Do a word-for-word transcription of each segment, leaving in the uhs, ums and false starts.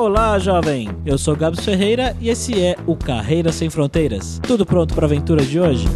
Olá, jovem! Eu sou Gabs Ferreira e esse é o Carreira Sem Fronteiras. Tudo pronto para a aventura de hoje?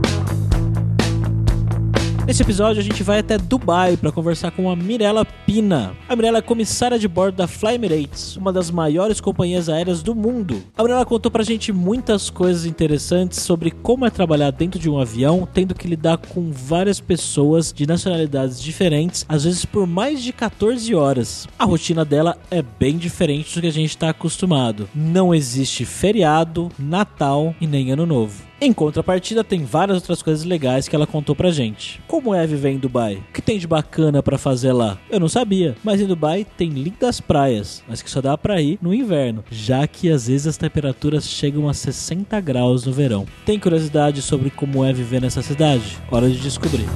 Nesse episódio a gente vai até Dubai para conversar com a Mirella Pina. A Mirella é comissária de bordo da Fly Emirates, uma das maiores companhias aéreas do mundo. A Mirella contou pra gente muitas coisas interessantes sobre como é trabalhar dentro de um avião, tendo que lidar com várias pessoas de nacionalidades diferentes, às vezes por mais de quatorze horas. A rotina dela é bem diferente do que a gente está acostumado. Não existe feriado, Natal e nem Ano Novo. Em contrapartida, tem várias outras coisas legais que ela contou pra gente. Como é viver em Dubai? O que tem de bacana pra fazer lá? Eu não sabia, mas em Dubai tem lindas praias, mas que só dá pra ir no inverno, já que às vezes as temperaturas chegam a sessenta graus no verão. Tem curiosidade sobre como é viver nessa cidade? Hora de descobrir.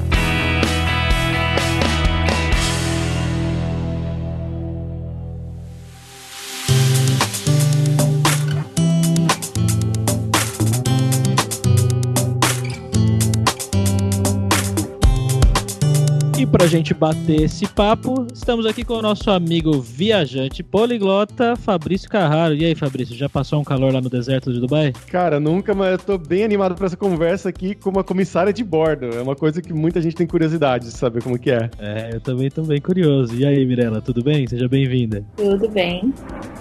E pra gente bater esse papo, estamos aqui com o nosso amigo viajante poliglota, Fabrício Carraro. E aí, Fabrício, já passou um calor lá no deserto de Dubai? Cara, nunca, mas eu tô bem animado pra essa conversa aqui com uma comissária de bordo. É uma coisa que muita gente tem curiosidade de saber como que é. É, eu também tô bem curioso. E aí, Mirella, tudo bem? Seja bem-vinda. Tudo bem.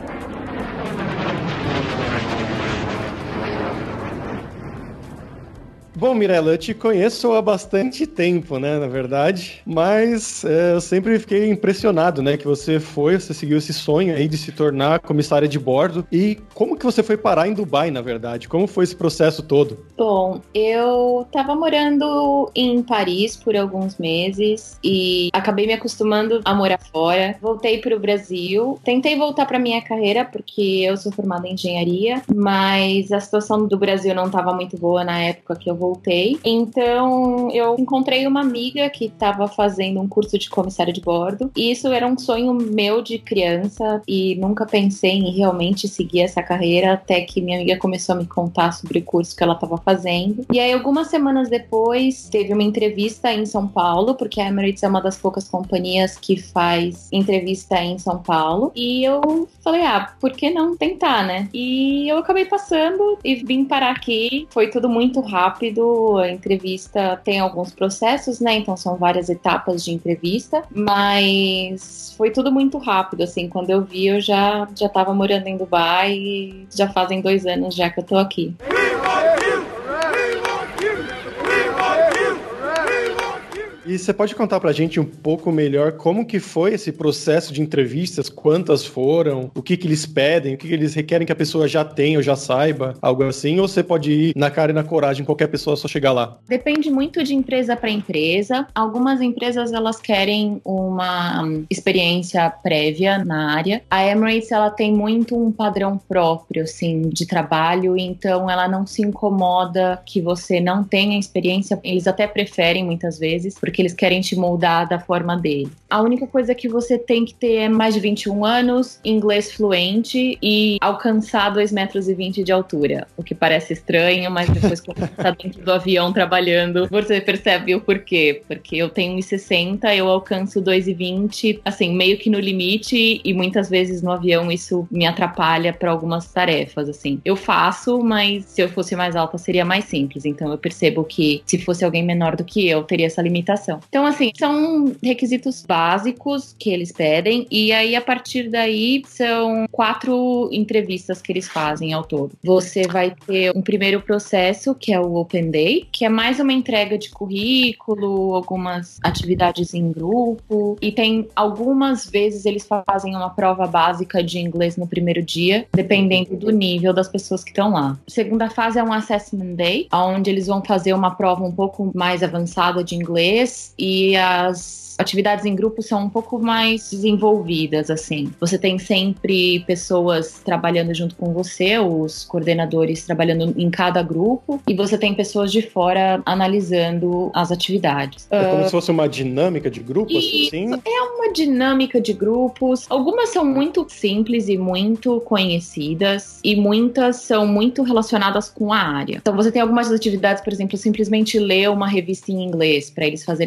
Bom, Mirella, eu te conheço há bastante tempo, né, na verdade, mas é, eu sempre fiquei impressionado, né, que você foi, você seguiu esse sonho aí de se tornar comissária de bordo. E como que você foi parar em Dubai, na verdade? Como foi esse processo todo? Bom, eu tava morando em Paris por alguns meses e acabei me acostumando a morar fora. Voltei pro Brasil, tentei voltar pra minha carreira porque eu sou formada em engenharia, mas a situação do Brasil não tava muito boa na época que eu voltei. Voltei. Então, eu encontrei uma amiga que estava fazendo um curso de comissária de bordo. E isso era um sonho meu de criança e nunca pensei em realmente seguir essa carreira até que minha amiga começou a me contar sobre o curso que ela estava fazendo. E aí, algumas semanas depois, teve uma entrevista em São Paulo, porque a Emirates é uma das poucas companhias que faz entrevista em São Paulo. E eu falei, ah, por que não tentar, né? E eu acabei passando e vim parar aqui. Foi tudo muito rápido. A entrevista tem alguns processos, né? Então são várias etapas de entrevista, mas foi tudo muito rápido, assim. Quando eu vi, eu já, já tava morando em Dubai e já fazem dois anos já que eu tô aqui. E você pode contar pra gente um pouco melhor como que foi esse processo de entrevistas, quantas foram, o que que eles pedem, o que que eles requerem que a pessoa já tenha ou já saiba, algo assim, ou você pode ir na cara e na coragem, qualquer pessoa só chegar lá? Depende muito de empresa para empresa. Algumas empresas, elas querem uma experiência prévia na área. A Emirates, ela tem muito um padrão próprio, assim, de trabalho, então ela não se incomoda que você não tenha experiência. Eles até preferem, muitas vezes, porque eles querem te moldar da forma dele. A única coisa que você tem que ter é mais de vinte e um anos, inglês fluente e alcançar dois metros e vinte de altura. O que parece estranho, mas depois que você está dentro do avião trabalhando, você percebe o porquê. Porque eu tenho um e sessenta, eu alcanço dois e vinte, assim, meio que no limite, e muitas vezes no avião isso me atrapalha para algumas tarefas, assim. Eu faço, mas se eu fosse mais alta seria mais simples. Então eu percebo que se fosse alguém menor do que eu, teria essa limitação. Então, assim, são requisitos básicos que eles pedem, e aí, a partir daí, são quatro entrevistas que eles fazem ao todo. Você vai ter um primeiro processo, que é o Open Day, que é mais uma entrega de currículo, algumas atividades em grupo, e tem algumas vezes eles fazem uma prova básica de inglês no primeiro dia, dependendo do nível das pessoas que estão lá. A segunda fase é um Assessment Day, onde eles vão fazer uma prova um pouco mais avançada de inglês, e as atividades em grupo são um pouco mais desenvolvidas, assim. Você tem sempre pessoas trabalhando junto com você, os coordenadores trabalhando em cada grupo, e você tem pessoas de fora analisando as atividades. É como uh, se fosse uma dinâmica de grupos, assim? É uma dinâmica de grupos. Algumas são muito simples e muito conhecidas, e muitas são muito relacionadas com a área. Então você tem algumas atividades, por exemplo, simplesmente ler uma revista em inglês, para eles fazerem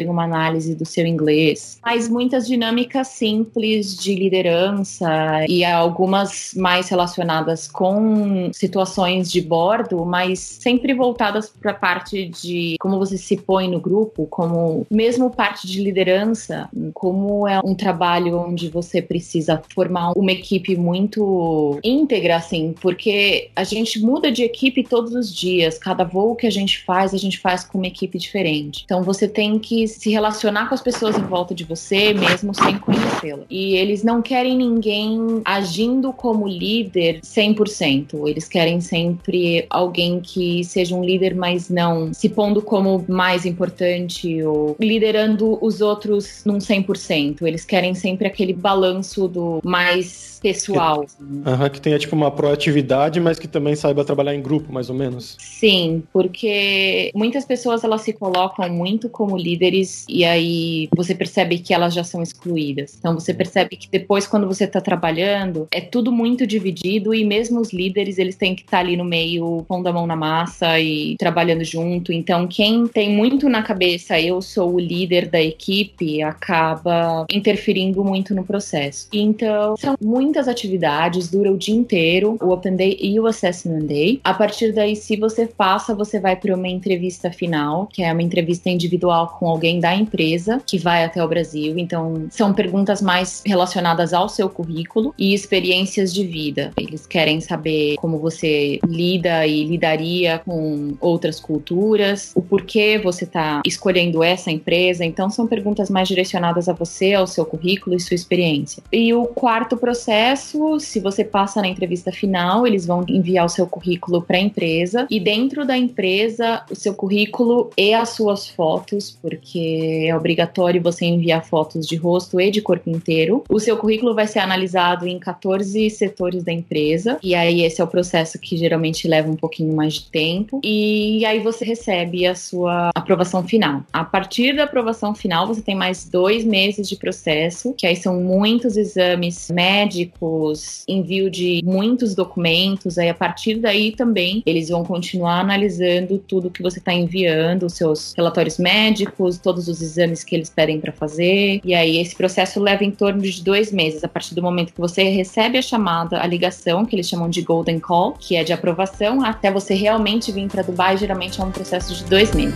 fazerem uma análise do seu inglês. Mas muitas dinâmicas simples de liderança e algumas mais relacionadas com situações de bordo, mas sempre voltadas para a parte de como você se põe no grupo, como mesmo parte de liderança, como é um trabalho onde você precisa formar uma equipe muito íntegra, assim, porque a gente muda de equipe todos os dias. Cada voo que a gente faz, a gente faz com uma equipe diferente. Então você tem que se relacionar com as pessoas em volta de você, mesmo sem conhecê-la. E eles não querem ninguém agindo como líder cem por cento. Eles querem sempre alguém que seja um líder, mas não se pondo como mais importante ou liderando os outros num cem por cento. Eles querem sempre aquele balanço do mais pessoal. Que, uh-huh, que tenha tipo uma proatividade, mas que também saiba trabalhar em grupo, mais ou menos. Sim, porque muitas pessoas elas se colocam muito como líderes e aí você percebe que elas já são excluídas. Então você percebe que depois, quando você está trabalhando, é tudo muito dividido e mesmo os líderes, eles têm que estar tá ali no meio, pondo a mão na massa e trabalhando junto. Então quem tem muito na cabeça, eu sou o líder da equipe, acaba interferindo muito no processo. Então são muitas atividades, dura o dia inteiro, o Open Day e o Assessment Day. A partir daí, se você passa, você vai para uma entrevista final, que é uma entrevista individual com alguém da empresa que vai até o Brasil. Então são perguntas mais relacionadas ao seu currículo e experiências de vida. Eles querem saber como você lida e lidaria com outras culturas, o porquê você está escolhendo essa empresa. Então são perguntas mais direcionadas a você, ao seu currículo e sua experiência. E o quarto processo, se você passa na entrevista final, eles vão enviar o seu currículo para a empresa e dentro da empresa o seu currículo e as suas fotos, porque é obrigatório você enviar fotos de rosto e de corpo inteiro. O seu currículo vai ser analisado em quatorze setores da empresa e aí esse é o processo que geralmente leva um pouquinho mais de tempo e aí você recebe a sua aprovação final. A partir da aprovação final você tem mais dois meses de processo, que aí são muitos exames médicos, envio de muitos documentos, aí a partir daí também eles vão continuar analisando tudo que você está enviando, os seus relatórios médicos, todos os exames que eles pedem para fazer, e aí esse processo leva em torno de dois meses, a partir do momento que você recebe a chamada, a ligação, que eles chamam de Golden Call, que é de aprovação, até você realmente vir para Dubai, geralmente é um processo de dois meses.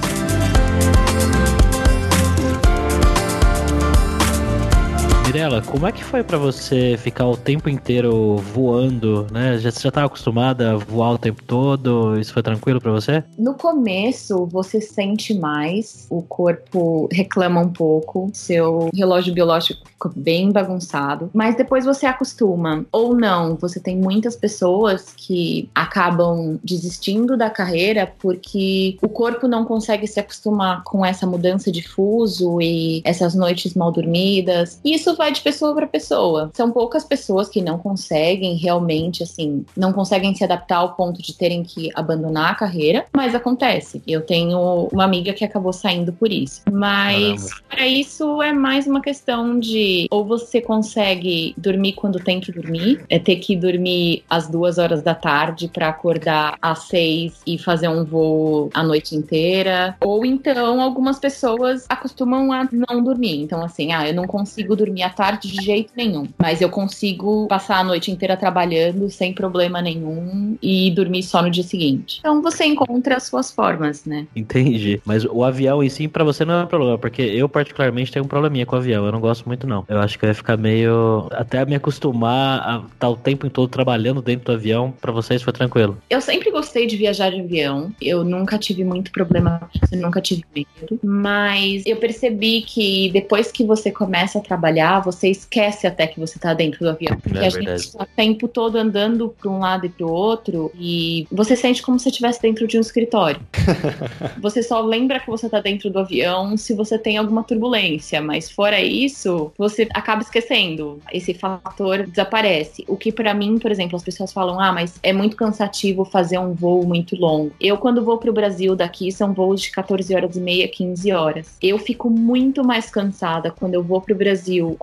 Mirela, como é que foi pra você ficar o tempo inteiro voando, né? Já, você já estava acostumada a voar o tempo todo? Isso foi tranquilo pra você? No começo, você sente mais, o corpo reclama um pouco, seu relógio biológico fica bem bagunçado, mas depois você acostuma. Ou não, você tem muitas pessoas que acabam desistindo da carreira porque o corpo não consegue se acostumar com essa mudança de fuso e essas noites mal dormidas. Isso vai de pessoa para pessoa. São poucas pessoas que não conseguem realmente, assim, não conseguem se adaptar ao ponto de terem que abandonar a carreira, mas acontece. Eu tenho uma amiga que acabou saindo por isso. Mas para isso é mais uma questão de ou você consegue dormir quando tem que dormir, é ter que dormir às duas horas da tarde para acordar às seis e fazer um voo a noite inteira, ou então algumas pessoas acostumam a não dormir. Então assim, ah, eu não consigo dormir à tarde de jeito nenhum, mas eu consigo passar a noite inteira trabalhando sem problema nenhum e dormir só no dia seguinte. Então você encontra as suas formas, né? Entendi. Mas o avião em si pra você não é um problema, porque eu particularmente tenho um probleminha com o avião, eu não gosto muito não. Eu acho que eu ia ficar meio... até me acostumar a estar o tempo todo trabalhando dentro do avião, pra vocês foi tranquilo? Eu sempre gostei de viajar de avião, eu nunca tive muito problema, eu nunca tive medo, mas eu percebi que depois que você começa a trabalhar, você esquece até que você tá dentro do avião. Porque é a gente tá o tempo todo andando pra um lado e pro outro e você sente como se estivesse dentro de um escritório. Você só lembra que você tá dentro do avião se você tem alguma turbulência, mas fora isso, você acaba esquecendo. Esse fator desaparece. O que pra mim, por exemplo, as pessoas falam, ah, mas é muito cansativo fazer um voo muito longo. Eu, quando vou pro Brasil daqui, são voos de quatorze horas e meia, quinze horas. Eu fico muito mais cansada quando eu vou pro Brasil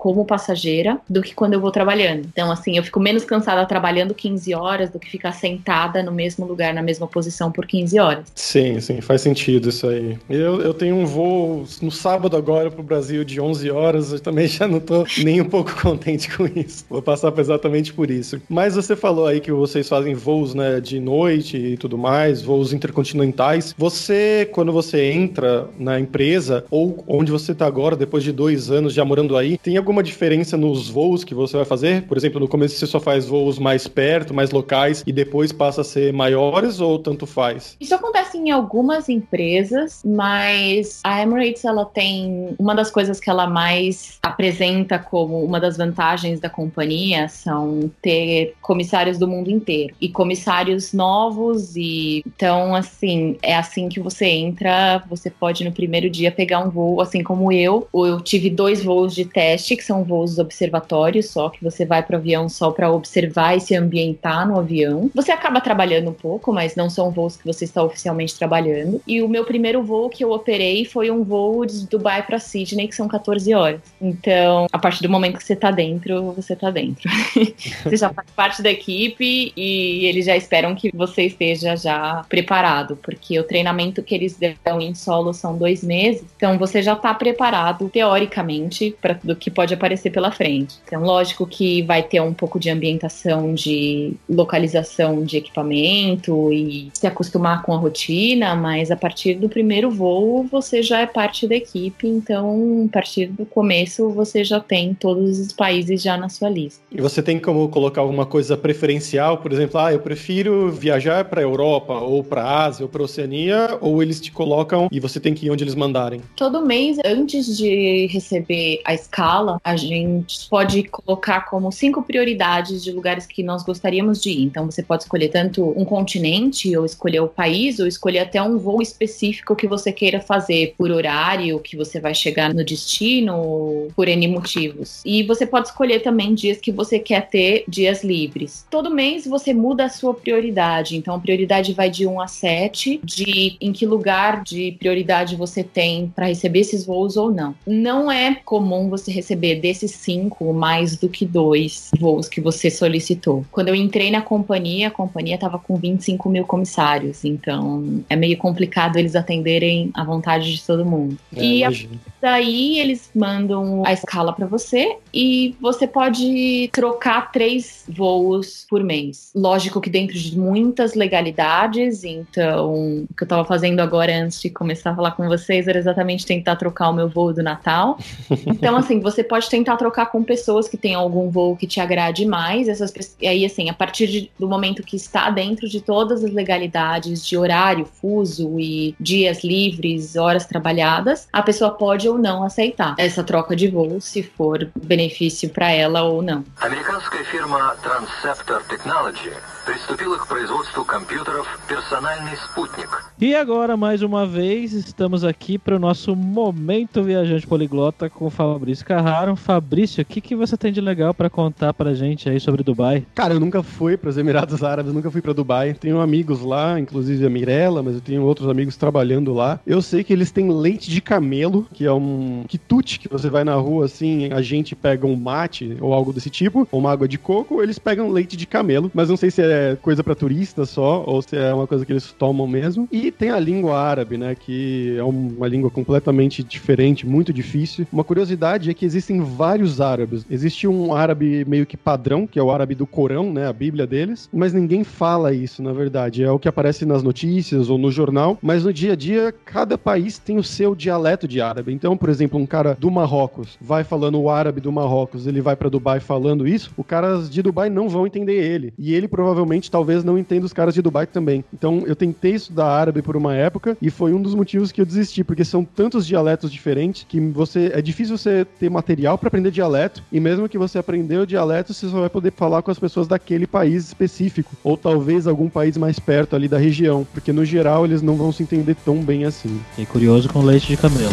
como passageira do que quando eu vou trabalhando. Então, assim, eu fico menos cansada trabalhando quinze horas do que ficar sentada no mesmo lugar, na mesma posição por quinze horas. Sim, sim, faz sentido isso aí. Eu, eu tenho um voo no sábado agora pro Brasil de onze horas, eu também já não tô nem um pouco contente com isso. Vou passar exatamente por isso. Mas você falou aí que vocês fazem voos, né, de noite e tudo mais, voos intercontinentais. Você, quando você entra na empresa, ou onde você tá agora, depois de dois anos já morando aí, tem alguma diferença nos voos que você vai fazer? Por exemplo, no começo você só faz voos mais perto, mais locais, e depois passa a ser maiores, ou tanto faz? Isso acontece em algumas empresas, mas a Emirates, ela tem uma das coisas que ela mais apresenta como uma das vantagens da companhia são ter comissários do mundo inteiro e comissários novos. E então, assim, é assim que você entra, você pode no primeiro dia pegar um voo, assim como eu. Eu tive dois voos de teste, que são voos observatórios, só que você vai para o avião só para observar e se ambientar no avião. Você acaba trabalhando um pouco, mas não são voos que você está oficialmente trabalhando. E o meu primeiro voo que eu operei foi um voo de Dubai para Sydney, que são catorze horas. Então, a partir do momento que você tá dentro, você tá dentro. Você já faz parte da equipe e eles já esperam que você esteja já preparado, porque o treinamento que eles dão em solo são dois meses, então você já tá preparado, teoricamente, para tudo que pode aparecer pela frente. Então, lógico que vai ter um pouco de ambientação, de localização de equipamento e se acostumar com a rotina, mas a partir do primeiro voo, você já é parte da equipe, então, a partir do começo, você já tem todos os países já na sua lista. E você tem como colocar alguma coisa preferencial? Por exemplo, ah, eu prefiro viajar para a Europa, ou para a Ásia, ou para a Oceania, ou eles te colocam e você tem que ir onde eles mandarem? Todo mês, antes de receber a escala, a gente pode colocar como cinco prioridades de lugares que nós gostaríamos de ir. Então, você pode escolher tanto um continente, ou escolher o país, ou escolher até um voo específico que você queira fazer por horário, que você vai chegar no destino, por N motivos. E você pode escolher também dias que você quer ter dias livres. Todo mês você muda a sua prioridade. Então, a prioridade vai de um a sete, de em que lugar de prioridade você tem para receber esses voos ou não. Não é comum você receber desses cinco mais do que dois voos que você solicitou. Quando eu entrei na companhia, a companhia estava com vinte e cinco mil comissários. Então, é meio complicado eles atenderem à vontade de todo mundo. É, e a, imagino. daí eles mandam a escala para você e você pode trocar três voos por mês. Lógico que dentro de muitas legalidades, então o que eu tava fazendo agora antes de começar a falar com vocês era exatamente tentar trocar o meu voo do Natal. Então, assim, você pode tentar trocar com pessoas que têm algum voo que te agrade mais. Essas, e aí, assim, a partir de, do momento que está dentro de todas as legalidades de horário, fuso e dias livres, horas trabalhadas, a pessoa pode ou não aceitar essa troca de voo, se for benefício para ela ou não. Американская фирма Transceptor Technology приступила к производству компьютеров «Персональный спутник». E agora, mais uma vez, estamos aqui para o nosso Momento Viajante Poliglota com o Fabrício Carraro. Fabrício, o que, que você tem de legal para contar pra gente aí sobre Dubai? Cara, eu nunca fui para os Emirados Árabes, nunca fui para Dubai. Tenho amigos lá, inclusive a Mirella, mas eu tenho outros amigos trabalhando lá. Eu sei que eles têm leite de camelo, que é um quitute que você vai na rua assim, a gente pega um mate ou algo desse tipo, ou uma água de coco, ou eles pegam leite de camelo, mas não sei se é coisa para turista só, ou se é uma coisa que eles tomam mesmo. E tem a língua árabe, né, que é uma língua completamente diferente, muito difícil. Uma curiosidade é que existem vários árabes. Existe um árabe meio que padrão, que é o árabe do Corão, né, a Bíblia deles, mas ninguém fala isso, na verdade. É o que aparece nas notícias ou no jornal, mas no dia a dia, cada país tem o seu dialeto de árabe. Então, por exemplo, um cara do Marrocos vai falando o árabe do Marrocos, ele vai pra Dubai falando isso, os caras de Dubai não vão entender ele. E ele provavelmente, talvez, não entenda os caras de Dubai também. Então, eu tentei estudar árabe por uma época e foi um dos motivos que eu desisti, porque são tantos dialetos diferentes que você é difícil você ter material pra aprender dialeto, e mesmo que você aprender o dialeto, você só vai poder falar com as pessoas daquele país específico, ou talvez algum país mais perto ali da região, porque no geral eles não vão se entender tão bem assim. Fiquei curioso com leite de camelo.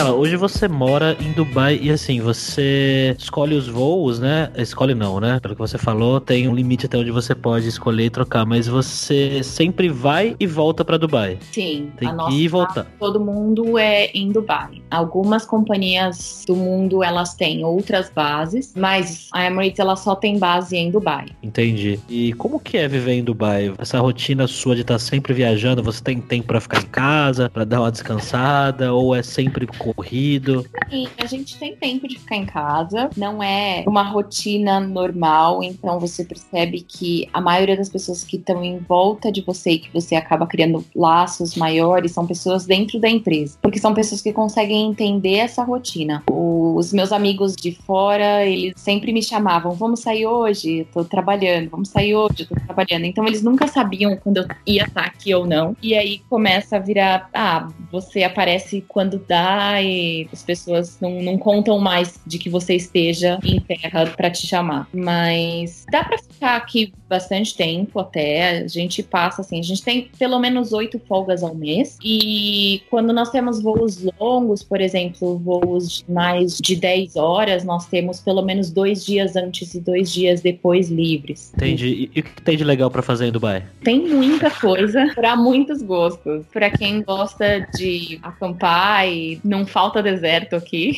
Mirella, hoje você mora em Dubai e assim, você escolhe os voos, né? Escolhe não, né? Pelo que você falou, tem um limite até onde você pode escolher e trocar, mas você sempre vai e volta pra Dubai. Sim, tem a que nossa, ir e voltar. Todo mundo é em Dubai. Algumas companhias do mundo, elas têm outras bases, mas a Emirates, ela só tem base em Dubai. Entendi. E como que é viver em Dubai? Essa rotina sua de estar sempre viajando, você tem tempo pra ficar em casa, pra dar uma descansada, ou é sempre corrido? Sim, a gente tem tempo de ficar em casa, não é uma rotina normal, então você percebe que a maioria das pessoas que estão em volta de você e que você acaba criando laços maiores são pessoas dentro da empresa, porque são pessoas que conseguem entender essa rotina. Os meus amigos de fora, eles sempre me chamavam, vamos sair hoje? Eu tô trabalhando, vamos sair hoje? Eu tô trabalhando. Então eles nunca sabiam quando eu ia estar aqui ou não, e aí começa a virar, ah, você aparece quando dá e as pessoas não, não contam mais de que você esteja em terra pra te chamar. Mas dá pra ficar aqui bastante tempo até. A gente passa assim, a gente tem pelo menos oito folgas ao mês. E quando nós temos voos longos, por exemplo, voos de mais de dez horas, nós temos pelo menos dois dias antes e dois dias depois livres. Entendi. E, e o que tem de legal pra fazer em Dubai? Tem muita coisa pra muitos gostos. Pra quem gosta de acampar e não falta deserto aqui.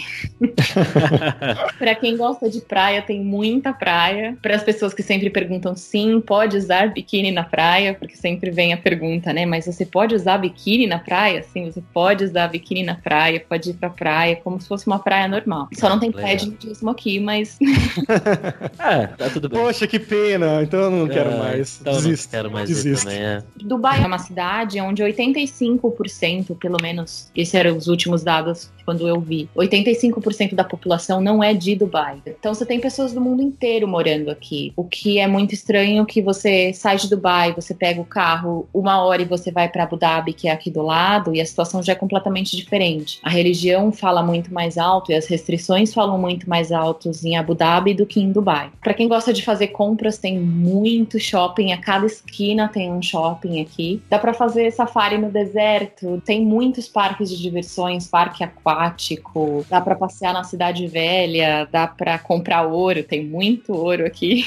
Pra quem gosta de praia, tem muita praia. Para as pessoas que sempre perguntam, sim, pode usar biquíni na praia, porque sempre vem a pergunta, né? Mas você pode usar biquíni na praia? Sim, você pode usar biquíni na praia, pode ir pra praia, como se fosse uma praia normal. Só não tem praia de nudismo aqui, mas... É, tá tudo bem. Poxa, que pena. Então eu não quero É, mais. Então eu não Desisto. quero mais Desisto. isso também, é. Dubai é uma cidade onde oitenta e cinco por cento, pelo menos, esses eram os últimos dados quando eu vi, oitenta e cinco por cento da população não é de Dubai. Então você tem pessoas do mundo inteiro morando aqui. O que é muito estranho que você sai de Dubai, você pega o carro uma hora e você vai para Abu Dhabi, que é aqui do lado, e a situação já é completamente diferente. A religião fala muito mais alto e as restrições falam muito mais altos em Abu Dhabi do que em Dubai. Para quem gosta de fazer compras, tem muito shopping, a cada esquina tem um shopping aqui. Dá para fazer safari no deserto, tem muitos parques de diversões, parque aquático, dá pra passear na Cidade Velha, dá pra comprar ouro, tem muito ouro aqui.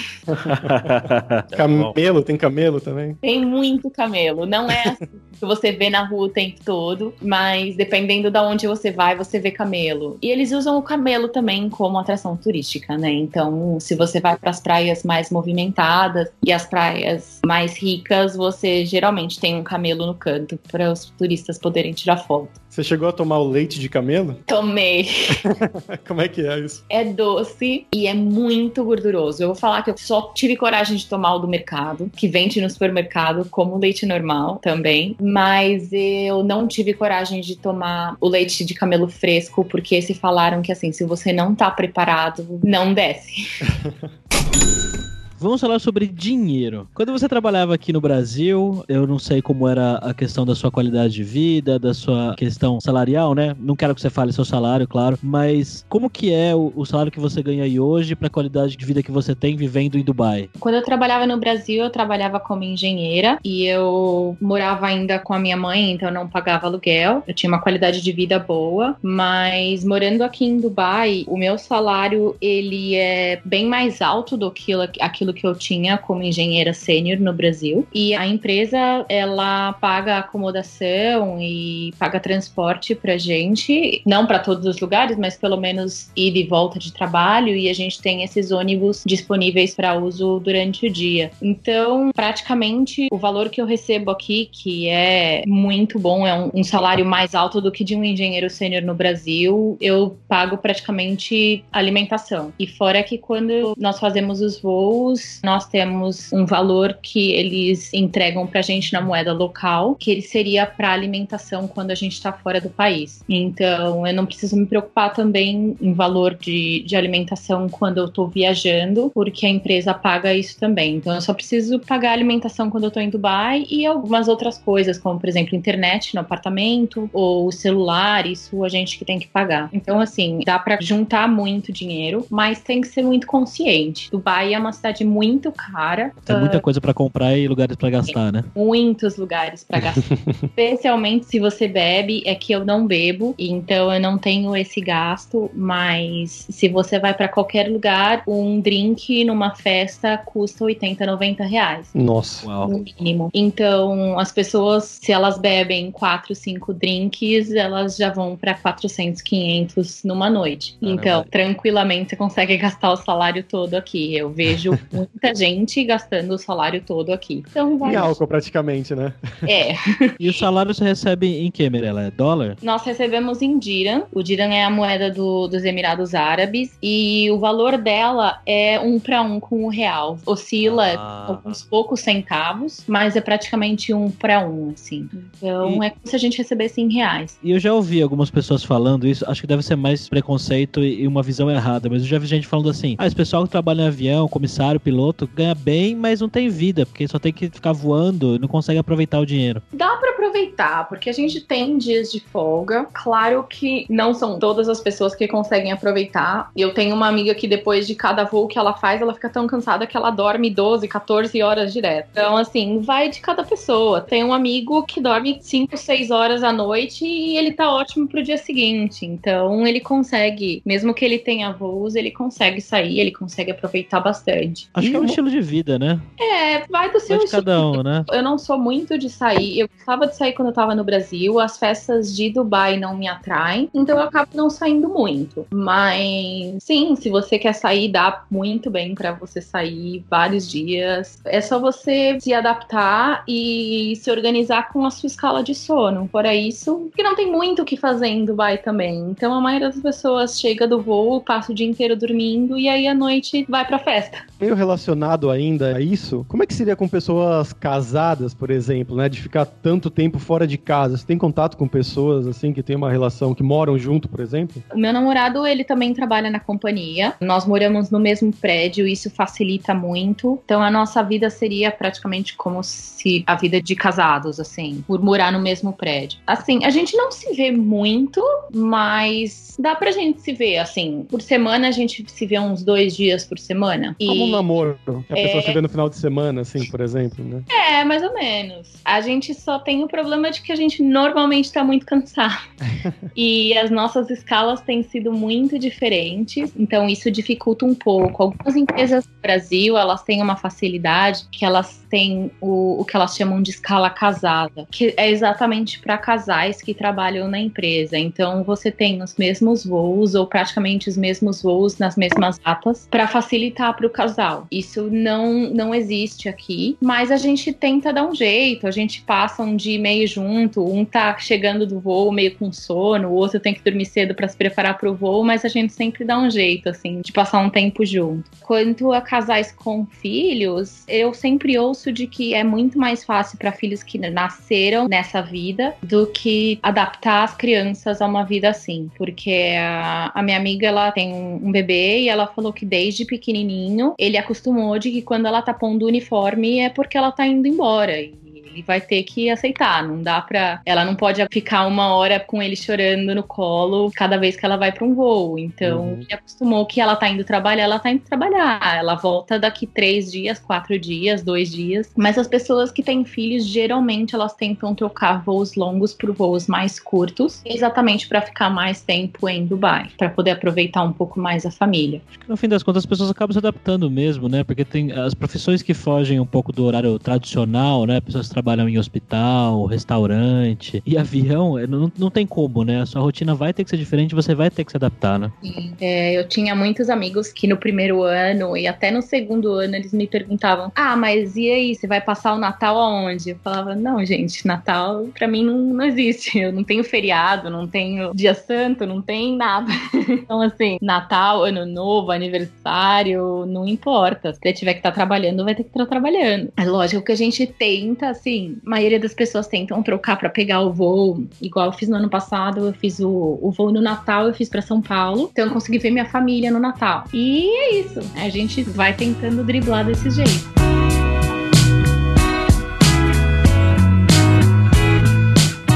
Camelo, tem camelo também? Tem muito camelo, não é assim que você vê na rua o tempo todo, mas dependendo de onde você vai, você vê camelo. E eles usam o camelo também como atração turística, né? Então, se você vai para as praias mais movimentadas e as praias mais ricas, você geralmente tem um camelo no canto para os turistas poderem tirar foto. Você chegou a tomar o leite de camelo? Tomei. Como é que é isso? É doce e é muito gorduroso. Eu vou falar que eu só tive coragem de tomar o do mercado, que vende no supermercado como leite normal também, mas eu não tive coragem de tomar o leite de camelo fresco, porque se falaram que assim, se você não tá preparado, não desce. Vamos falar sobre dinheiro. Quando você trabalhava aqui no Brasil, eu não sei como era a questão da sua qualidade de vida, da sua questão salarial, né? Não quero que você fale seu salário, claro, mas como que é o, o salário que você ganha aí hoje para a qualidade de vida que você tem vivendo em Dubai? Quando eu trabalhava no Brasil, eu trabalhava como engenheira e eu morava ainda com a minha mãe, então eu não pagava aluguel. Eu tinha uma qualidade de vida boa, mas morando aqui em Dubai, o meu salário, ele é bem mais alto do que aquilo que eu tinha como engenheira sênior no Brasil. E a empresa, ela paga acomodação e paga transporte pra gente, não para todos os lugares, mas pelo menos ida e volta de trabalho, e a gente tem esses ônibus disponíveis para uso durante o dia. Então, praticamente, o valor que eu recebo aqui, que é muito bom, é um, um salário mais alto do que de um engenheiro sênior no Brasil, eu pago praticamente alimentação. E fora que quando nós fazemos os voos, nós temos um valor que eles entregam pra gente na moeda local, que ele seria para alimentação quando a gente tá fora do país. Então, eu não preciso me preocupar também em valor de, de alimentação quando eu tô viajando, porque a empresa paga isso também. Então, eu só preciso pagar a alimentação quando eu tô em Dubai e algumas outras coisas, como, por exemplo, internet no apartamento ou celular, isso a gente que tem que pagar. Então, assim, dá pra juntar muito dinheiro, mas tem que ser muito consciente. Dubai é uma cidade muito cara. Tem muita uh, coisa pra comprar e lugares pra gastar, né? Muitos lugares pra gastar. Especialmente se você bebe, é que eu não bebo, então eu não tenho esse gasto, mas se você vai pra qualquer lugar, um drink numa festa custa oitenta, noventa reais. Nossa. Uau. No mínimo. Então, as pessoas, se elas bebem quatro, cinco drinks, elas já vão pra quatrocentos, quinhentos numa noite. Caramba. Então, tranquilamente você consegue gastar o salário todo aqui. Eu vejo muita gente gastando o salário todo aqui. Então, vai. Em álcool, praticamente, né? É. E o salário você recebe em que, Mirella? É dólar? Nós recebemos em dirham. O dirham é a moeda do, dos Emirados Árabes e o valor dela é um para um com o real. Oscila Ah. alguns poucos centavos, mas é praticamente um para um, assim. Então E- é como se a gente recebesse em reais. E eu já ouvi algumas pessoas falando isso, acho que deve ser mais preconceito e uma visão errada, mas eu já vi gente falando assim, ah, esse pessoal que trabalha em avião, comissário, piloto, ganha bem, mas não tem vida, porque só tem que ficar voando e não consegue aproveitar o dinheiro. Dá pra aproveitar, porque a gente tem dias de folga. Claro que não são todas as pessoas que conseguem aproveitar. Eu tenho uma amiga que depois de cada voo que ela faz, ela fica tão cansada que ela dorme doze, quatorze horas direto. Então, assim, vai de cada pessoa. Tem um amigo que dorme cinco, seis horas à noite e ele tá ótimo pro dia seguinte. Então, ele consegue, mesmo que ele tenha voos, ele consegue sair, ele consegue aproveitar bastante. Acho que é um estilo de vida, né? É, vai do seu Vai de cada um, né? Eu não sou muito de sair. Eu gostava de sair quando eu tava no Brasil. As festas de Dubai não me atraem, então eu acabo não saindo muito. Mas sim, se você quer sair, dá muito bem pra você sair vários dias. É só você se adaptar e se organizar com a sua escala de sono. Fora isso, porque não tem muito o que fazer em Dubai também. Então a maioria das pessoas chega do voo, passa o dia inteiro dormindo e aí à noite vai pra festa. Meio relacionado ainda a isso, como é que seria com pessoas casadas, por exemplo, né? De ficar tanto tempo fora de casa. Você tem contato com pessoas, assim, que tem uma relação, que moram junto, por exemplo? O meu namorado, ele também trabalha na companhia. Nós moramos no mesmo prédio, isso facilita muito. Então a nossa vida seria praticamente como se a vida de casados, assim, por morar no mesmo prédio. Assim, a gente não se vê muito, mas dá pra gente se ver, assim. Por semana a gente se vê uns dois dias por semana. E... Como um namoro, que a pessoa É. se vê no final de semana, assim, por exemplo, né? É, mais ou menos. A gente só tem o problema de que a gente normalmente tá muito cansado. E as nossas escalas têm sido muito diferentes, então isso dificulta um pouco. Algumas empresas do Brasil, elas têm uma facilidade que elas têm o, o que elas chamam de escala casada, que é exatamente para casais que trabalham na empresa. Então você tem os mesmos voos ou praticamente os mesmos voos nas mesmas datas para facilitar para o casal. Isso não, não existe aqui, mas a gente tenta dar um jeito, a gente passa um dia e meio junto, um tá chegando do voo meio com sono, o outro tem que dormir cedo para se preparar para o voo, mas a gente sempre dá um jeito, assim, de passar um tempo junto. Quanto a casais com filhos, eu sempre ouço de que é muito mais fácil para filhos que nasceram nessa vida do que adaptar as crianças a uma vida assim, porque a, a minha amiga, ela tem um, um bebê e ela falou que desde pequenininho ele acostumou de que quando ela tá pondo o uniforme é porque ela tá indo embora e ele vai ter que aceitar, não dá pra... Ela não pode ficar uma hora com ele chorando no colo cada vez que ela vai pra um voo. Então, Uhum. ele acostumou que ela tá indo trabalhar, ela tá indo trabalhar. Ela volta daqui três dias, quatro dias, dois dias. Mas as pessoas que têm filhos, geralmente elas tentam trocar voos longos por voos mais curtos, exatamente pra ficar mais tempo em Dubai, pra poder aproveitar um pouco mais a família. Acho que no fim das contas as pessoas acabam se adaptando mesmo, né? Porque tem as profissões que fogem um pouco do horário tradicional, né? Pessoas que trabalham em hospital, restaurante e avião, é, não, não tem como, né? A sua rotina vai ter que ser diferente, você vai ter que se adaptar, né? É, eu tinha muitos amigos que no primeiro ano e até no segundo ano eles me perguntavam: ah, mas e aí, você vai passar o Natal aonde? Eu falava: não, gente, Natal pra mim não, não existe. Eu não tenho feriado, não tenho dia santo, não tem nada. Então, assim, Natal, Ano Novo, aniversário, não importa. Se você tiver que estar trabalhando, vai ter que estar trabalhando. É lógico que a gente tenta, assim, a maioria das pessoas tentam trocar pra pegar o voo, igual eu fiz no ano passado. Eu fiz o, o voo no Natal, eu fiz pra São Paulo, então eu consegui ver minha família no Natal. E é isso, a gente vai tentando driblar desse jeito.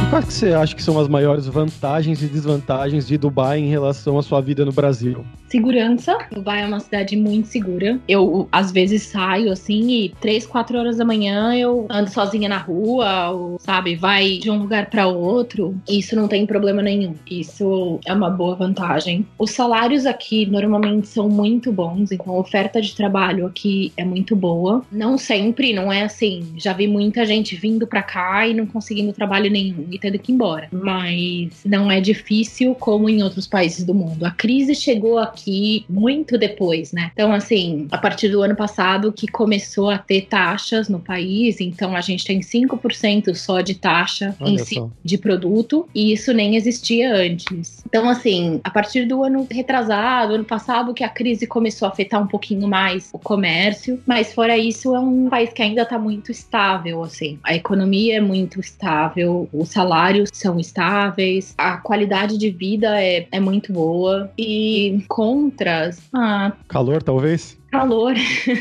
Quais que você acha que são as maiores vantagens e desvantagens de Dubai em relação à sua vida no Brasil? Segurança. Dubai é uma cidade muito segura. Eu, às vezes, saio, assim, e três, quatro horas da manhã eu ando sozinha na rua, ou, sabe, vai de um lugar para outro. Isso não tem problema nenhum. Isso é uma boa vantagem. Os salários aqui, normalmente, são muito bons. Então, a oferta de trabalho aqui é muito boa. Não sempre, não é assim. Já vi muita gente vindo pra cá e não conseguindo trabalho nenhum e tendo que ir embora. Mas não é difícil como em outros países do mundo. A crise chegou aqui aqui muito depois, né? Então, assim, a partir do ano passado que começou a ter taxas no país, então a gente tem cinco por cento só de taxa em si, de produto, e isso nem existia antes. Então, assim, a partir do ano retrasado, ano passado, que a crise começou a afetar um pouquinho mais o comércio, mas fora isso, é um país que ainda tá muito estável, assim. A economia é muito estável, os salários são estáveis, a qualidade de vida é, é muito boa, e com Contras. Ah, calor, talvez? Calor.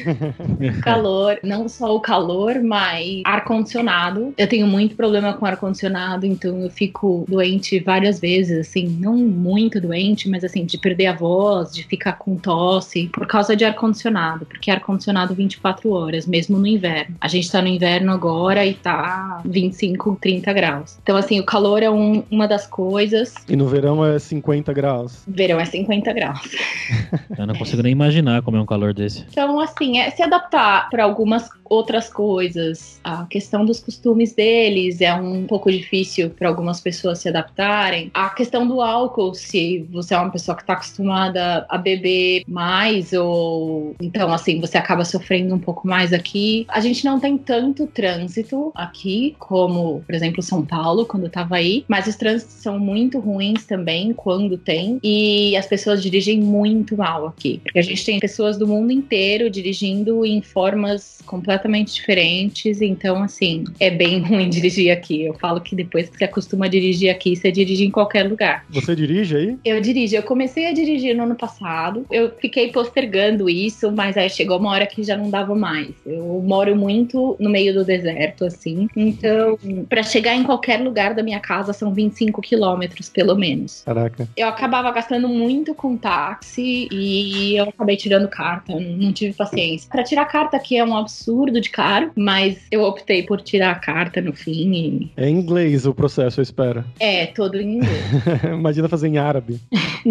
Calor. Não só o calor, mas ar-condicionado. Eu tenho muito problema com ar-condicionado, então eu fico doente várias vezes, assim, não muito doente, mas assim, de perder a voz, de ficar com tosse, por causa de ar-condicionado, porque é ar-condicionado vinte e quatro horas, mesmo no inverno. A gente tá no inverno agora e tá vinte e cinco, trinta graus. Então, assim, o calor é um, uma das coisas. E no verão é cinquenta graus. Verão é cinquenta graus. Eu não consigo nem imaginar como é um calor desse. Então, assim, é se adaptar para algumas outras coisas. A questão dos costumes deles é um pouco difícil para algumas pessoas se adaptarem. A questão do álcool, se você é uma pessoa que está acostumada a beber mais, ou então, assim, você acaba sofrendo um pouco mais aqui. A gente não tem tanto trânsito aqui como, por exemplo, São Paulo, quando eu estava aí, mas os trânsitos são muito ruins também quando tem, e as pessoas dirigem muito mal aqui, porque a gente tem pessoas do mundo inteiro dirigindo em formas completamente diferentes, então, assim, é bem ruim dirigir aqui. Eu falo que depois que você acostuma a dirigir aqui, você dirige em qualquer lugar. Você dirige aí? Eu dirijo. Eu comecei a dirigir no ano passado. Eu fiquei postergando isso, mas aí chegou uma hora que já não dava mais. Eu moro muito no meio do deserto, assim, então, pra chegar em qualquer lugar da minha casa são vinte e cinco quilômetros, pelo menos. Caraca. Eu acabava gastando muito com táxi e eu acabei tirando carta. Eu não tive paciência. Pra tirar carta aqui é um absurdo de caro, mas eu optei por tirar a carta no fim e... É em inglês o processo, eu espero. É, todo em inglês. Imagina fazer em árabe.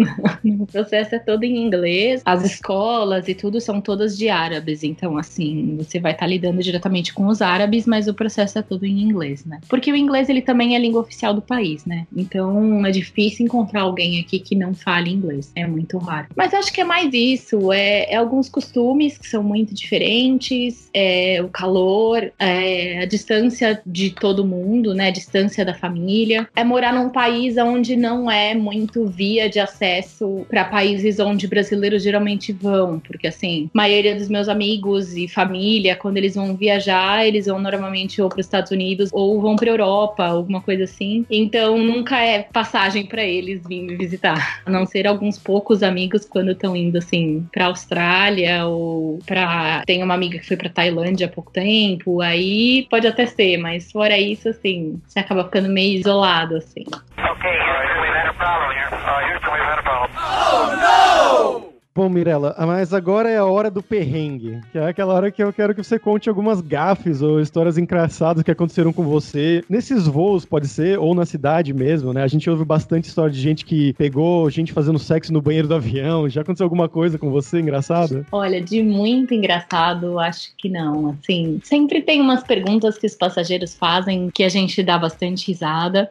O processo é todo em inglês. As escolas e tudo são todas de árabes. Então, assim, você vai estar lidando diretamente com os árabes, mas o processo é todo em inglês, né? Porque o inglês, ele também é a língua oficial do país, né? Então, é difícil encontrar alguém aqui que não fale inglês. É muito raro. Mas acho que é mais isso. É, é alguns costumes que são muito diferentes. É o calor, é a distância de todo mundo, né? A distância da família. É morar num país onde não é muito via de acesso para países onde brasileiros geralmente vão. Porque, assim, a maioria dos meus amigos e família, quando eles vão viajar, eles vão normalmente ou para os Estados Unidos ou vão para Europa, alguma coisa assim. Então, nunca é passagem para eles vir me visitar. A não ser alguns poucos amigos quando estão indo, assim, para Austrália ou para... Tem uma amiga que foi para Tailândia há pouco tempo, aí pode até ser, mas fora isso, assim, você acaba ficando meio isolado, assim. Okay, Houston, we've had a problem here. Uh, Houston, we've had a problem. Oh, no! Bom, Mirella, mas agora é a hora do perrengue, que é aquela hora que eu quero que você conte algumas gafes ou histórias engraçadas que aconteceram com você. Nesses voos, pode ser, ou na cidade mesmo, né? A gente ouve bastante história de gente que pegou gente fazendo sexo no banheiro do avião. Já aconteceu alguma coisa com você engraçada? Olha, de muito engraçado, acho que não. Assim, sempre tem umas perguntas que os passageiros fazem que a gente dá bastante risada,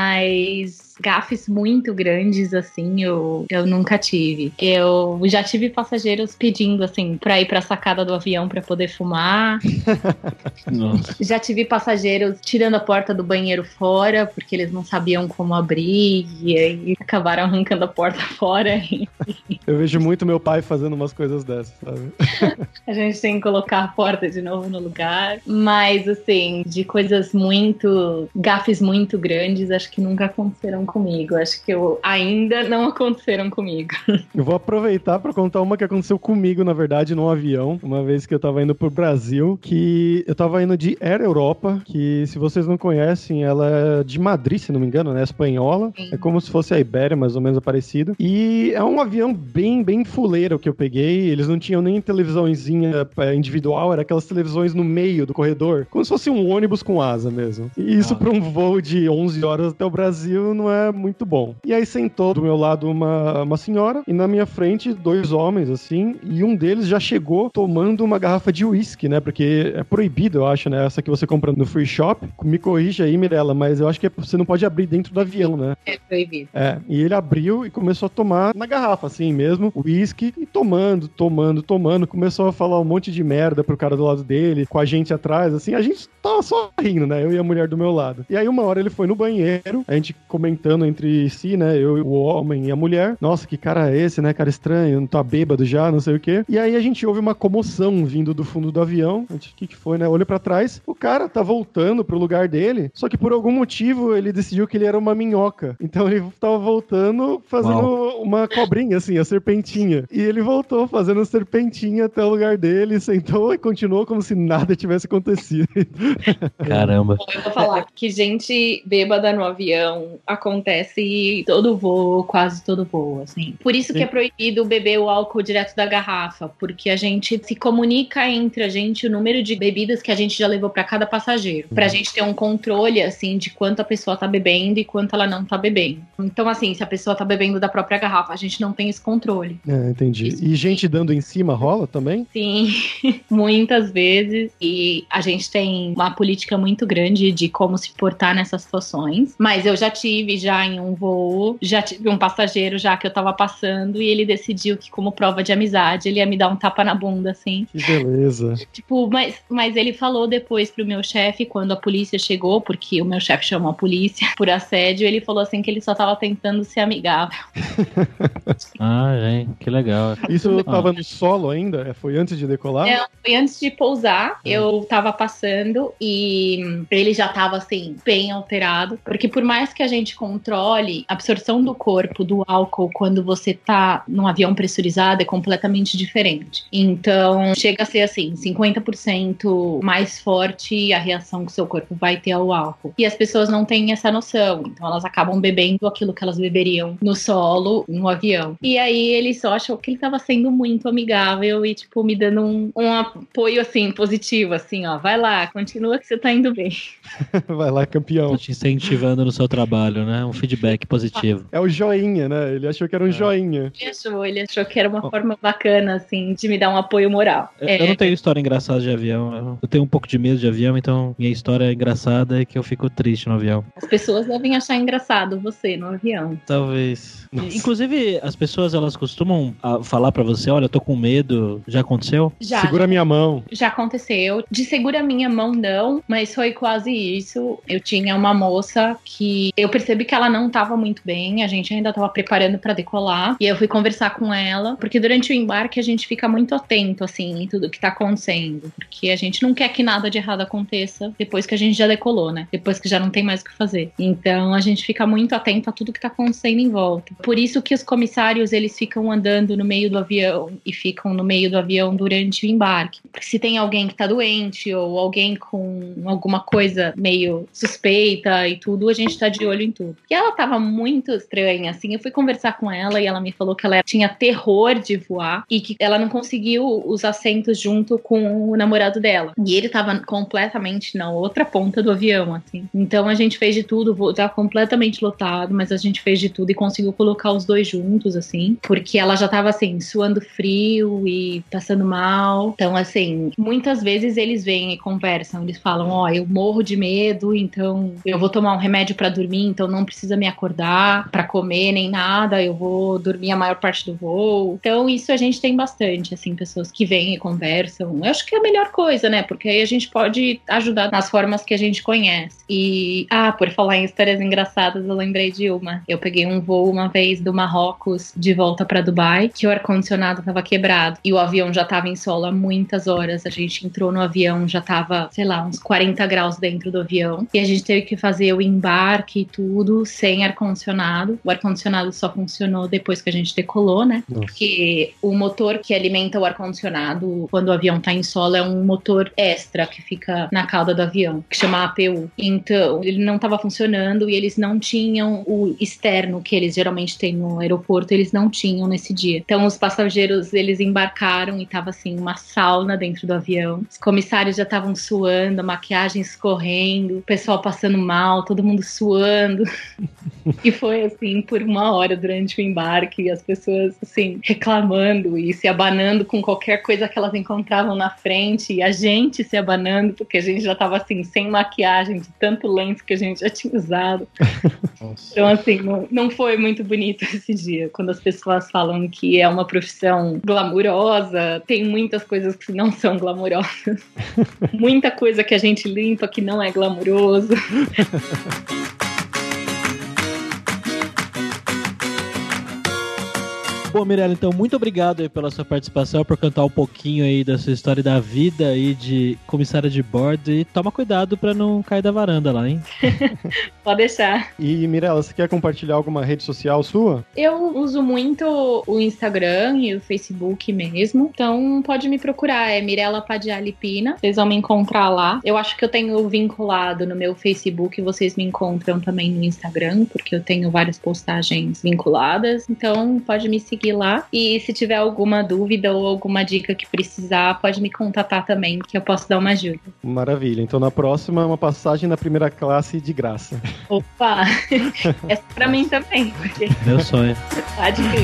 mas gafes muito grandes, assim, eu, eu nunca tive. Eu já tive passageiros pedindo, assim, pra ir pra sacada do avião pra poder fumar. Nossa. Já tive passageiros tirando a porta do banheiro fora, porque eles não sabiam como abrir, e aí acabaram arrancando a porta fora. Eu vejo muito meu pai fazendo umas coisas dessas, sabe? A gente tem que colocar a porta de novo no lugar. Mas, assim, de coisas muito... gafes muito grandes, acho que nunca aconteceram comigo. Acho que eu ainda não aconteceram comigo. Eu vou aproveitar pra contar uma que aconteceu comigo, na verdade, num avião. Uma vez que eu tava indo pro Brasil, que eu tava indo de Air Europa, que se vocês não conhecem, ela é de Madrid, se não me engano, né? Espanhola. Sim. É como se fosse a Ibéria, mais ou menos parecido. E é um avião bem, bem fuleiro que eu peguei. Eles não tinham nem televisãozinha individual, era aquelas televisões no meio do corredor, como se fosse um ônibus com asa mesmo. E isso ah. pra um voo de onze horas até o Brasil não é muito bom. E aí sentou do meu lado uma, uma senhora e na minha frente dois homens, assim, e um deles já chegou tomando uma garrafa de uísque, né? Porque é proibido, eu acho, né? Essa que você compra no free shop. Me corrija aí, Mirella, mas eu acho que é, você não pode abrir dentro do avião, né? É proibido. É, e ele abriu e começou a tomar na garrafa, assim mesmo, uísque, e tomando, tomando, tomando. Começou a falar um monte de merda pro cara do lado dele, com a gente atrás, assim. A gente tava só rindo, né? Eu e a mulher do meu lado. E aí uma hora ele foi no banheiro, a gente comentando entre si, né? Eu, o homem e a mulher. Nossa, que cara é esse, né? Cara estranho, não tá bêbado já, não sei o quê. E aí a gente ouve uma comoção vindo do fundo do avião. A gente, o que que foi, né? Olha pra trás, o cara tá voltando pro lugar dele, só que por algum motivo ele decidiu que ele era uma minhoca. Então ele tava voltando fazendo Uau. uma cobrinha, assim, a serpentinha. E ele voltou fazendo serpentinha até o lugar dele, sentou e continuou como se nada tivesse acontecido. Caramba. Eu vou falar que gente bêbada no avião acontece todo voo, quase todo voo, assim. Por isso que é proibido beber o álcool direto da garrafa, porque a gente se comunica entre a gente o número de bebidas que a gente já levou pra cada passageiro, pra gente ter um controle, assim, de quanto a pessoa tá bebendo e quanto ela não tá bebendo. Então, assim, se a pessoa tá bebendo da própria garrafa, a gente não tem esse controle. É, entendi. Isso. E gente dando em cima rola também? Sim, muitas vezes. E a gente tem uma política muito grande de como se portar nessas situações. Mas eu já tive já em um voo, já tive um passageiro já que eu tava passando e ele decidiu que, como prova de amizade, ele ia me dar um tapa na bunda, assim. Que beleza. Tipo, mas, mas ele falou depois pro meu chefe, quando a polícia chegou, porque o meu chefe chamou a polícia por assédio, ele falou assim que ele só tava tentando ser amigável. Ah, gente, que legal. Isso tava no solo ainda? Foi antes de decolar? Não, foi antes de pousar. Eu tava passando e ele já tava, assim, bem alterado. Porque por mais que a gente controle, a absorção do corpo, do álcool, quando você tá num avião pressurizado, é completamente diferente. Então, chega a ser, assim, cinquenta por cento mais forte a reação que o seu corpo vai ter ao álcool. E as pessoas não têm essa noção. Então, elas acabam bebendo aquilo que elas beberiam no solo, no avião. E aí, ele só achou que ele tava sendo muito amigável e, tipo, me dando um, um apoio, assim, positivo, assim, ó. Vai lá, continua que você tá indo bem. Vai lá, campeão. Tô te incentivando no seu trabalho, né? Um feedback positivo. É o joinha, né? Ele achou que era um é. joinha. Ele achou, ele achou que era uma oh. forma bacana, assim, de me dar um apoio moral. Eu, é. eu não tenho história engraçada de avião. Eu tenho um pouco de medo de avião, então minha história engraçada é que eu fico triste no avião. As pessoas devem achar engraçado você no avião. Talvez. Nossa. Inclusive, as pessoas, elas costumam falar pra você, olha, eu tô com medo. Já aconteceu? Já. Segura já, minha mão. Já aconteceu. De segura minha mão, não, mas foi quase isso. Eu tinha uma moça que eu percebi que ela não tava muito bem, a gente ainda tava preparando pra decolar, e eu fui conversar com ela, porque durante o embarque a gente fica muito atento, assim, em tudo que tá acontecendo, porque a gente não quer que nada de errado aconteça depois que a gente já decolou, né? Depois que já não tem mais o que fazer. Então a gente fica muito atento a tudo que tá acontecendo em volta. Por isso que os comissários, eles ficam andando no meio do avião e ficam no meio do avião durante o embarque. Porque se tem alguém que tá doente ou alguém com alguma coisa meio suspeita e tudo, a gente tá de olho em tudo. E ela tava muito estranha, assim, eu fui conversar com ela e ela me falou que ela tinha terror de voar e que ela não conseguiu os assentos junto com o namorado dela. E ele tava completamente na outra ponta do avião, assim. Então a gente fez de tudo, o voo tava completamente lotado, mas a gente fez de tudo e conseguiu colocar os dois juntos, assim, porque ela já tava, assim, suando frio e passando mal. Então, assim, muitas vezes eles vêm e conversam, eles falam, ó, oh, eu morro de medo, então eu vou tomar um remédio pra dormir, então não precisa me acordar pra comer nem nada, eu vou dormir a maior parte do voo. Então, isso a gente tem bastante, assim, pessoas que vêm e conversam. Eu acho que é a melhor coisa, né? Porque aí a gente pode ajudar nas formas que a gente conhece. E, ah, por falar em histórias engraçadas, eu lembrei de uma. Eu peguei um voo uma vez do Marrocos de volta volta pra Dubai, que o ar-condicionado tava quebrado e o avião já tava em solo há muitas horas. A gente entrou no avião, já tava, sei lá, uns quarenta graus dentro do avião e a gente teve que fazer o embarque e tudo sem ar-condicionado. O ar-condicionado só funcionou depois que a gente decolou, né? Nossa. Porque o motor que alimenta o ar-condicionado quando o avião tá em solo é um motor extra que fica na cauda do avião, que chama A P U. Então, ele não tava funcionando e eles não tinham o externo que eles geralmente têm no aeroporto, eles não tinham nesse dia. Então, os passageiros, eles embarcaram e tava assim, uma sauna dentro do avião. Os comissários já estavam suando, a maquiagem escorrendo, o pessoal passando mal, todo mundo suando. E foi assim, por uma hora durante o embarque, as pessoas assim, reclamando e se abanando com qualquer coisa que elas encontravam na frente, e a gente se abanando, porque a gente já tava assim, sem maquiagem, de tanto lenço que a gente já tinha usado. Nossa. Então assim, não, não foi muito bonito esse dia, quando as pessoas falam que é uma profissão glamurosa, tem muitas coisas que não são glamourosas. Muita coisa que a gente limpa que não é glamuroso. Bom, Mirella, então, muito obrigado aí pela sua participação, por contar um pouquinho aí da sua história da vida aí de comissária de bordo, e toma cuidado pra não cair da varanda lá, hein? Pode deixar. E, Mirella, você quer compartilhar alguma rede social sua? Eu uso muito o Instagram e o Facebook mesmo, então pode me procurar, é Mirella Padiali Pina, vocês vão me encontrar lá. Eu acho que eu tenho vinculado no meu Facebook, vocês me encontram também no Instagram, porque eu tenho várias postagens vinculadas, então pode me seguir lá. E se tiver alguma dúvida ou alguma dica que precisar, pode me contatar também, que eu posso dar uma ajuda. Maravilha. Então na próxima, uma passagem na primeira classe de graça. Opa! Essa pra mim também, porque Meu sonho. tá difícil.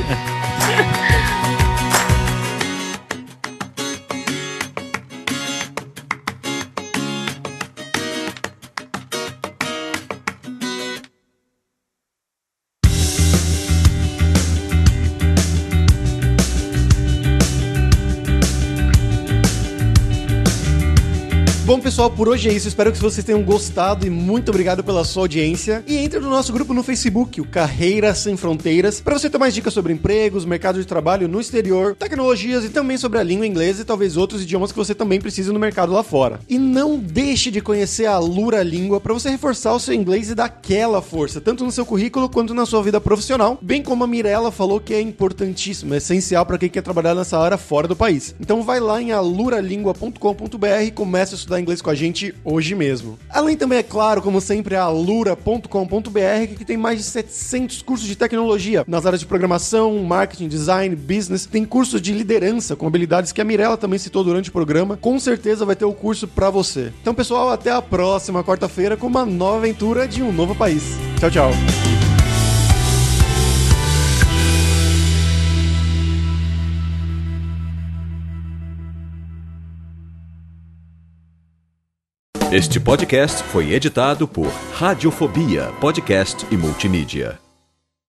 Bom, pessoal, por hoje é isso. Espero que vocês tenham gostado e muito obrigado pela sua audiência. E entre no nosso grupo no Facebook, o Carreiras Sem Fronteiras, para você ter mais dicas sobre empregos, mercado de trabalho no exterior, tecnologias e também sobre a língua inglesa e talvez outros idiomas que você também precisa no mercado lá fora. E não deixe de conhecer a Lura Língua para você reforçar o seu inglês e dar aquela força, tanto no seu currículo quanto na sua vida profissional, bem como a Mirella falou que é importantíssimo, é essencial para quem quer trabalhar nessa área fora do país. Então vai lá em aluralingua ponto com ponto b r e comece a estudar inglês com a gente hoje mesmo. Além também, é claro, como sempre, a alura ponto com ponto b r, que tem mais de setecentos cursos de tecnologia nas áreas de programação, marketing, design, business. Tem cursos de liderança com habilidades que a Mirella também citou durante o programa. Com certeza vai ter o curso pra você. Então, pessoal, até a próxima quarta-feira com uma nova aventura de um novo país. Tchau, tchau. Este podcast foi editado por Radiofobia, podcast e multimídia.